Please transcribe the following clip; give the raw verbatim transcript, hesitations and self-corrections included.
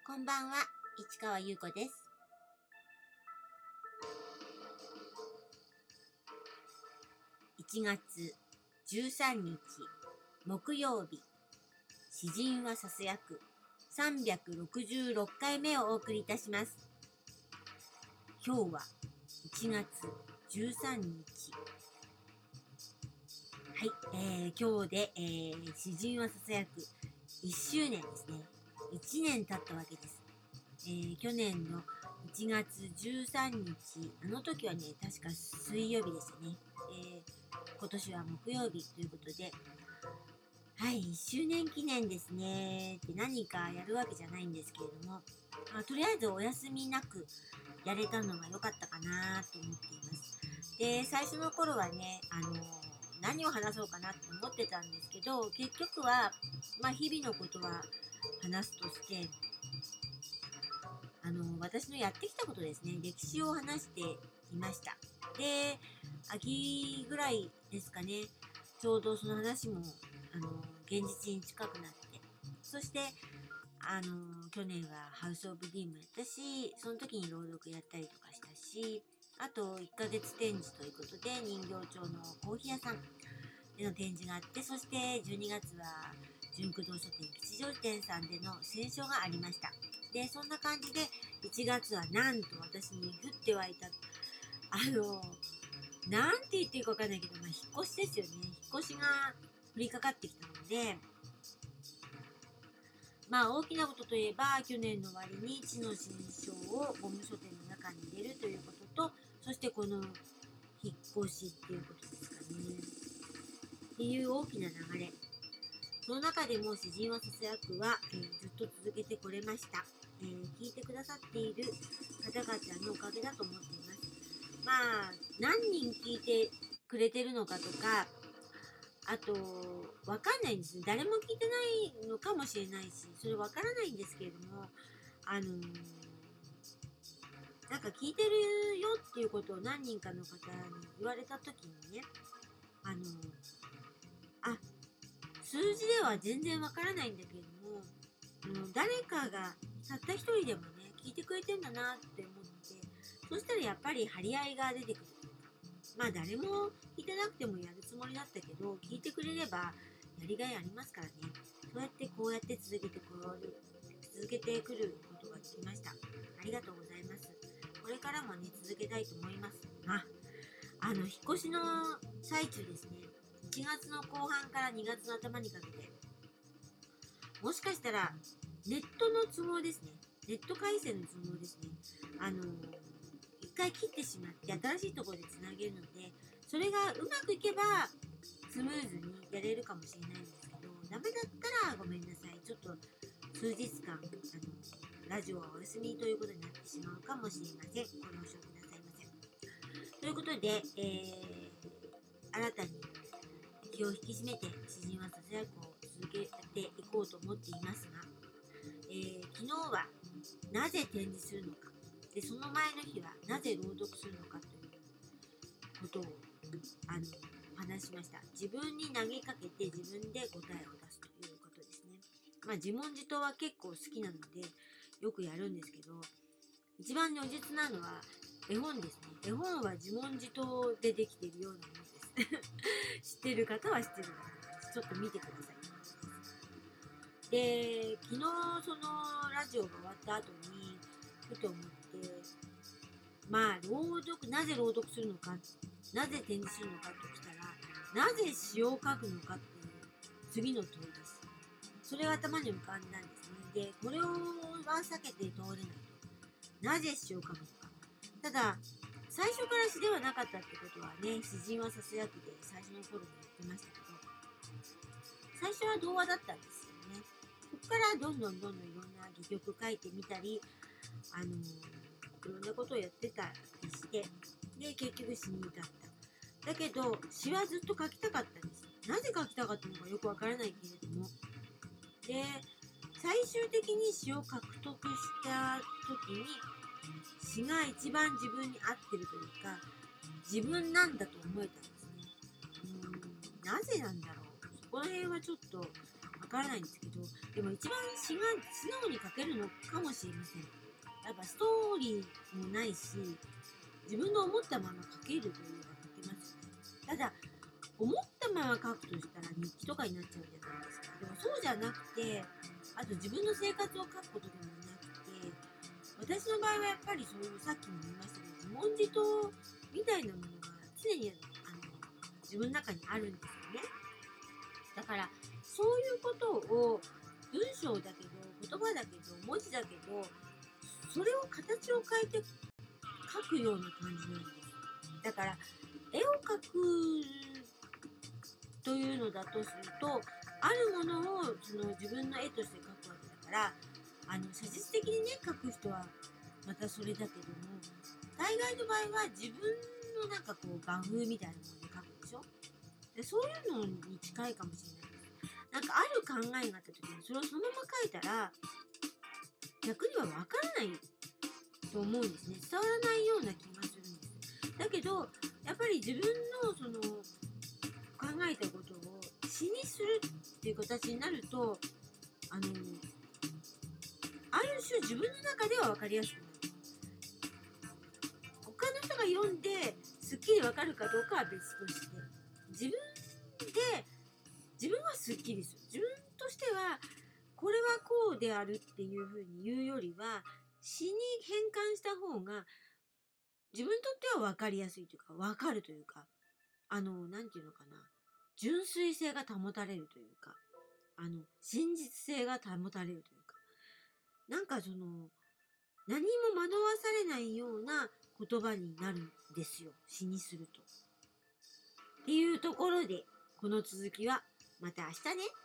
こんばんは、市川優子です。いちがつじゅうさんにち木曜日、詩人はささやくさんびゃくろくじゅうろっかいめをお送りいたします。今日はいちがつじゅうさんにち。はい、えー、今日で、えー、詩人はささやくいっしゅうねんですね。いちねん経ったわけです。えー、去年のいちがつじゅうさんにち、あの時はね、確か水曜日でしたね。えー、今年は木曜日ということで、はい、いっしゅうねん記念ですねって何かやるわけじゃないんですけれども、まあ、とりあえずお休みなくやれたのが良かったかなと思っています。で、最初の頃はね、あのー、何を話そうかなと思ってたんですけど、結局は、まあ、日々のことは話すとして、あの私のやってきたことですね、歴史を話していました。で、秋ぐらいですかね、ちょうどその話もあの現実に近くなって、そしてあの去年はハウス・オブ・ディームやったし、その時に朗読やったりとかしたし、あといっかげつ展示ということで人形町のコーヒー屋さんでの展示があって、そしてじゅうにがつは純駆動書店吉祥寺店さんでの選書がありました。で、そんな感じでいちがつはなんと私に降って湧いた、あのなんて言っていいか分かんないけど、まあ、引っ越しですよね。引っ越しが降りかかってきたので、まあ大きなことといえば、去年の終わりに知の新書をゴム書店の中に入れるということと、そしてこの引っ越しっていうことですかね。っていう大きな流れ。その中でも詩人はささやくは、えー、ずっと続けてこれました。えー、聞いてくださっている方々のおかげだと思っています。まあ、何人聞いてくれてるのかとか、あと、わかんないんですね。誰も聞いてないのかもしれないし、それわからないんですけれども、あのー、なんか聞いてるよっていうことを何人かの方に言われた時にね、あのー、あ、数字では全然わからないんだけれども、あの誰かがたった一人でもね聞いてくれてんだなって思って、そしたらやっぱり張り合いが出てくるというか、まあ誰も聞いてなくてもやるつもりだったけど、聞いてくれればやりがいありますからね。そうやってこうやって続けてこる続けてくることができました。ありがとうございます。これからもね続けたいと思います。あ、あの引っ越しの最中ですね、いちがつの後半からにがつの頭にかけて、もしかしたらネットの都合ですね。ネット回線の都合ですね。あのー、一回切ってしまって新しいところでつなげるので、それがうまくいけばスムーズにやれるかもしれないんですけど、ダメだったらごめんなさい。ちょっと数日間、あのラジオはお休みということになってしまうかもしれません。ご了承くださいませ。ということで、えー、新たに気を引き締めて詩人はささやくを続けていこうと思っていますが、えー、昨日はなぜ展示するのか、でその前の日はなぜ朗読するのかということをあの話しました。自分に投げかけて自分で答えを出すということですね。まあ自問自答は結構好きなのでよくやるんですけど、一番如実なのは絵本ですね。絵本は自問自答でできているようなものです知ってる方は知ってる方、ちょっと見てください。で、昨日そのラジオが終わった後にふと思って、まあ朗読、なぜ朗読するのか、なぜ展示するのかときたら、なぜ詩を書くのかっていう次の問いです。それが頭に浮かんだんですね。で、これをは避けて通れないと。なぜ詩を書くのか。ただ、最初から詩ではなかったってことはね、詩人はささやくで最初の頃にやってましたけど、最初は童話だったんですよね。そこからどんどんどんどんいろんな戯曲書いてみたり、あのー、いろんなことをやってたりして、で、結局詩に至った。だけど、詩はずっと書きたかったんです。なぜ書きたかったのかよくわからないけれども。で、最終的に詩を獲得した時に、詩が一番自分に合ってるというか、自分なんだと思えたんですね。うーん、なぜなんだろう。そこら辺はちょっとわからないんですけど、でも一番詩が素直に書けるのかもしれません。やっぱストーリーもないし、自分の思ったまま書けるというのが書けますね。ただ、思ったまま書くとしたら日記とかになっちゃうじゃないですか。でもそうじゃなくて、あと自分の生活を書くことでもなくて、私の場合はやっぱりそういうさっきも言いましたけど、自問自答みたいなものが常にあの自分の中にあるんですよね。だからそういうことを文章だけど、言葉だけど、文字だけど、それを形を変えて書くような感じなんです。だから絵を描くというのだとすると、あるものをその自分の絵として描くわけだから、あの写実的にね描く人はまたそれだけども、大概の場合は自分のなんかこう画風みたいなもので描くでしょ。でそういうのに近いかもしれないです。なんかある考えがあった時にそれをそのまま書いたら逆にはわからないと思うんですね。伝わらないような気がするんです。だけどやっぱり自分のその考えたことを詩にするっていう形になると、あのある種自分の中では分かりやすくなる。他の人が読んですっきり分かるかどうかは別として、自分で自分はすっきりする。自分としてはこれはこうであるっていうふうに言うよりは、詩に変換した方が自分にとっては分かりやすいというか、分かるというか、あのなんていうのかな、純粋性が保たれるというか、あの真実性が保たれるというか、なんかその何も惑わされないような言葉になるんですよ、詩にすると。っていうところで、この続きはまた明日ね。